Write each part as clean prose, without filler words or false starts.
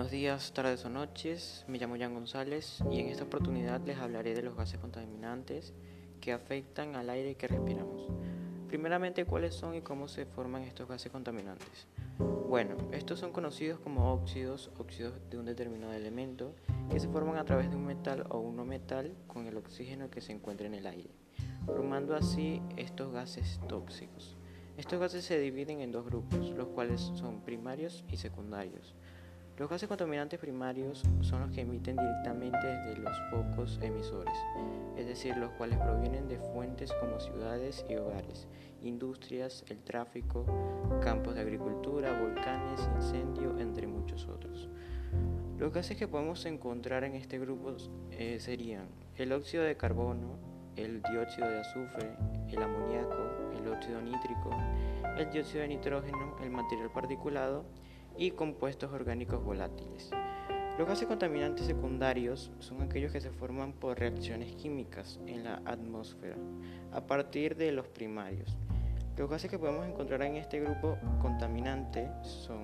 Buenos días, tardes o noches, me llamo Jan González y en esta oportunidad les hablaré de los gases contaminantes que afectan al aire que respiramos. Primeramente, ¿cuáles son y cómo se forman estos gases contaminantes? Bueno, estos son conocidos como óxidos de un determinado elemento que se forman a través de un metal o un no metal con el oxígeno que se encuentra en el aire, formando así estos gases tóxicos. Estos gases se dividen en dos grupos, los cuales son primarios y secundarios. Los gases contaminantes primarios son los que emiten directamente desde los focos emisores, es decir, los cuales provienen de fuentes como ciudades y hogares, industrias, el tráfico, campos de agricultura, volcanes, incendios, entre muchos otros. Los gases que podemos encontrar en este grupo serían el óxido de carbono, el dióxido de azufre, el amoníaco, el óxido nítrico, el dióxido de nitrógeno, el material particulado y compuestos orgánicos volátiles. Los gases contaminantes secundarios son aquellos que se forman por reacciones químicas en la atmósfera a partir de los primarios. Los gases que podemos encontrar en este grupo contaminante son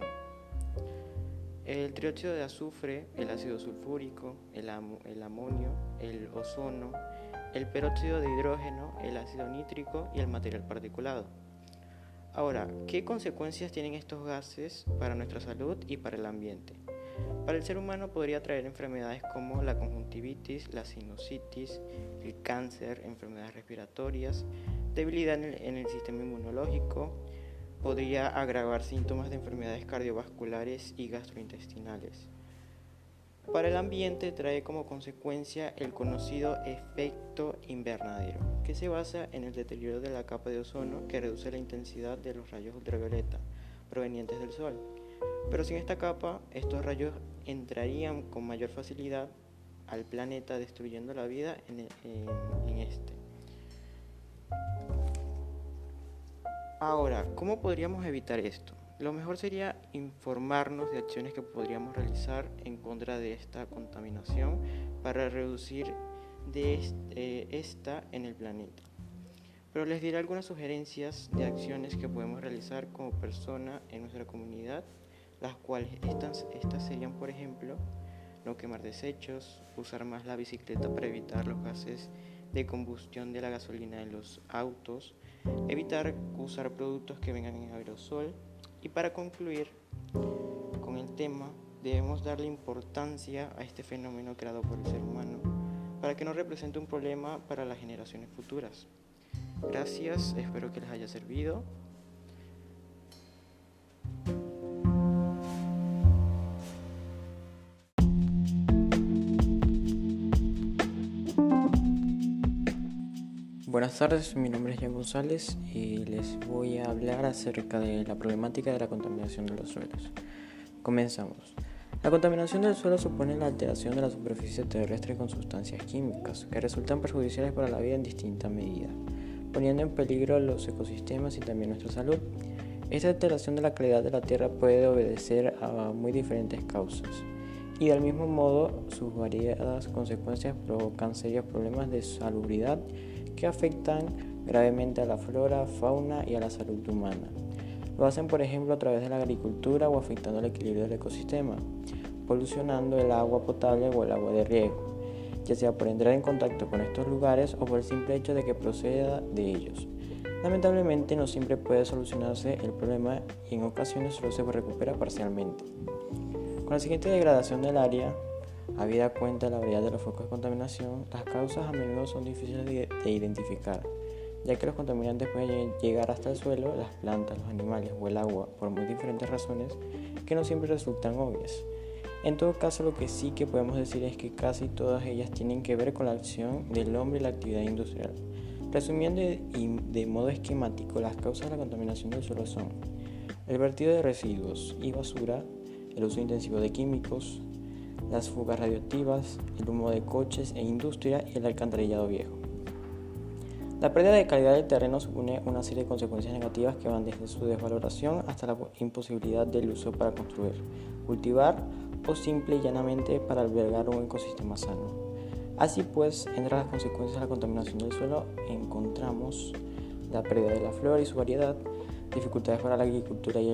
el trióxido de azufre, el ácido sulfúrico, el amonio, el ozono, el peróxido de hidrógeno, el ácido nítrico y el material particulado. Ahora, ¿qué consecuencias tienen estos gases para nuestra salud y para el ambiente? Para el ser humano podría traer enfermedades como la conjuntivitis, la sinusitis, el cáncer, enfermedades respiratorias, debilidad en el sistema inmunológico, podría agravar síntomas de enfermedades cardiovasculares y gastrointestinales. Para el ambiente trae como consecuencia el conocido efecto invernadero, que se basa en el deterioro de la capa de ozono que reduce la intensidad de los rayos ultravioleta provenientes del sol. Pero sin esta capa, estos rayos entrarían con mayor facilidad al planeta, destruyendo la vida en este. Ahora, ¿cómo podríamos evitar esto? Lo mejor sería informarnos de acciones que podríamos realizar en contra de esta contaminación para reducir esta en el planeta. Pero les diré algunas sugerencias de acciones que podemos realizar como persona en nuestra comunidad, las cuales estas serían, por ejemplo, no quemar desechos, usar más la bicicleta para evitar los gases de combustión de la gasolina en los autos, evitar usar productos que vengan en aerosol. Y para concluir con el tema, debemos darle importancia a este fenómeno creado por el ser humano para que no represente un problema para las generaciones futuras. Gracias, espero que les haya servido. Buenas tardes, mi nombre es Jan González y les voy a hablar acerca de la problemática de la contaminación de los suelos. Comenzamos. La contaminación del suelo supone la alteración de la superficie terrestre con sustancias químicas que resultan perjudiciales para la vida en distinta medida, poniendo en peligro los ecosistemas y también nuestra salud. Esta alteración de la calidad de la tierra puede obedecer a muy diferentes causas y del mismo modo sus variadas consecuencias provocan serios problemas de salubridad que afectan gravemente a la flora, fauna y a la salud humana. Lo hacen, por ejemplo, a través de la agricultura o afectando el equilibrio del ecosistema, polucionando el agua potable o el agua de riego, ya sea por entrar en contacto con estos lugares o por el simple hecho de que proceda de ellos. Lamentablemente no siempre puede solucionarse el problema y en ocasiones solo se recupera parcialmente. Con la siguiente degradación del área, habida cuenta de la variedad de los focos de contaminación, las causas a menudo son difíciles de identificar, ya que los contaminantes pueden llegar hasta el suelo, las plantas, los animales o el agua por muy diferentes razones que no siempre resultan obvias. En todo caso, lo que sí que podemos decir es que casi todas ellas tienen que ver con la acción del hombre y la actividad industrial. Resumiendo y de modo esquemático, las causas de la contaminación del suelo son el vertido de residuos y basura, el uso intensivo de químicos, las fugas radioactivas, el humo de coches e industria y el alcantarillado viejo. La pérdida de calidad del terreno supone una serie de consecuencias negativas que van desde su desvaloración hasta la imposibilidad del uso para construir, cultivar o simple y llanamente para albergar un ecosistema sano. Así pues, entre las consecuencias de la contaminación del suelo encontramos la pérdida de la flora y su variedad, dificultades para la agricultura y el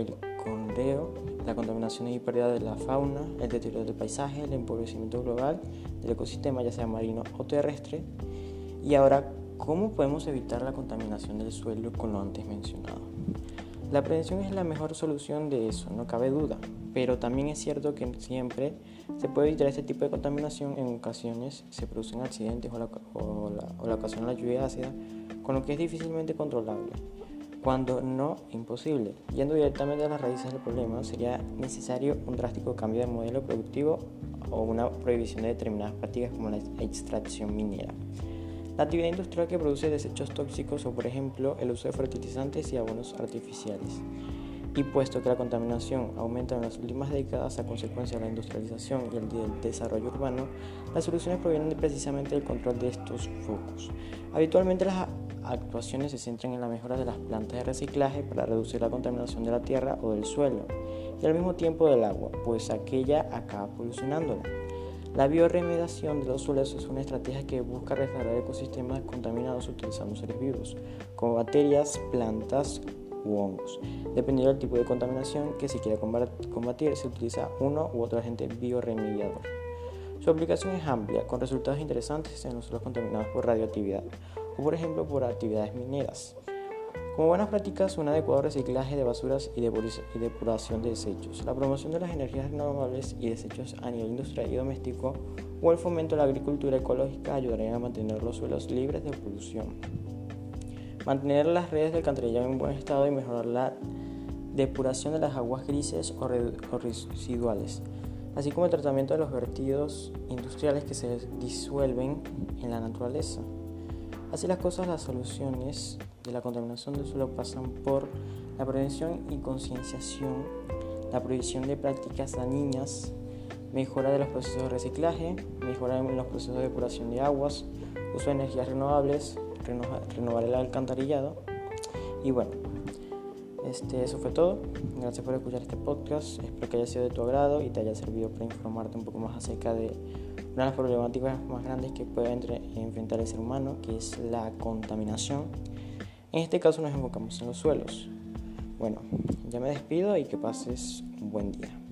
condeo, la contaminación y pérdida de la fauna, el deterioro del paisaje, el empobrecimiento global del ecosistema, ya sea marino o terrestre. Y ahora, ¿cómo podemos evitar la contaminación del suelo con lo antes mencionado? La prevención es la mejor solución de eso, no cabe duda, pero también es cierto que siempre se puede evitar este tipo de contaminación. En ocasiones se producen accidentes o la ocasiona la lluvia ácida, con lo que es difícilmente controlable, cuando no imposible. Yendo directamente a las raíces del problema, sería necesario un drástico cambio de modelo productivo o una prohibición de determinadas prácticas como la extracción minera. La actividad industrial que produce desechos tóxicos o, por ejemplo, el uso de fertilizantes y abonos artificiales. Y puesto que la contaminación aumenta en las últimas décadas a consecuencia de la industrialización y el desarrollo urbano, las soluciones provienen precisamente del control de estos focos. Habitualmente las actuaciones se centran en la mejora de las plantas de reciclaje para reducir la contaminación de la tierra o del suelo y al mismo tiempo del agua, pues aquella acaba polucionándola. La bioremediación de los suelos es una estrategia que busca restaurar ecosistemas contaminados utilizando seres vivos, como bacterias, plantas u hongos. Dependiendo del tipo de contaminación que se quiera combatir, se utiliza uno u otro agente bioremediador. Su aplicación es amplia, con resultados interesantes en los suelos contaminados por radioactividad, o por ejemplo por actividades mineras. Como buenas prácticas, un adecuado reciclaje de basuras y depuración de desechos, la promoción de las energías renovables y desechos a nivel industrial y doméstico, o el fomento de la agricultura ecológica ayudarían a mantener los suelos libres de polución. Mantener las redes de alcantarillado en buen estado y mejorar la depuración de las aguas grises o residuales, así como el tratamiento de los vertidos industriales que se disuelven en la naturaleza. Así las cosas, las soluciones de la contaminación del suelo pasan por la prevención y concienciación, la prohibición de prácticas dañinas, mejora de los procesos de reciclaje, mejora en los procesos de depuración de aguas, uso de energías renovables, renovar el alcantarillado. Y bueno, eso fue todo. Gracias por escuchar este podcast. Espero que haya sido de tu agrado y te haya servido para informarte un poco más acerca de una de las problemáticas más grandes que puede enfrentar el ser humano, que es la contaminación. En este caso nos enfocamos en los suelos. Bueno, ya me despido y que pases un buen día.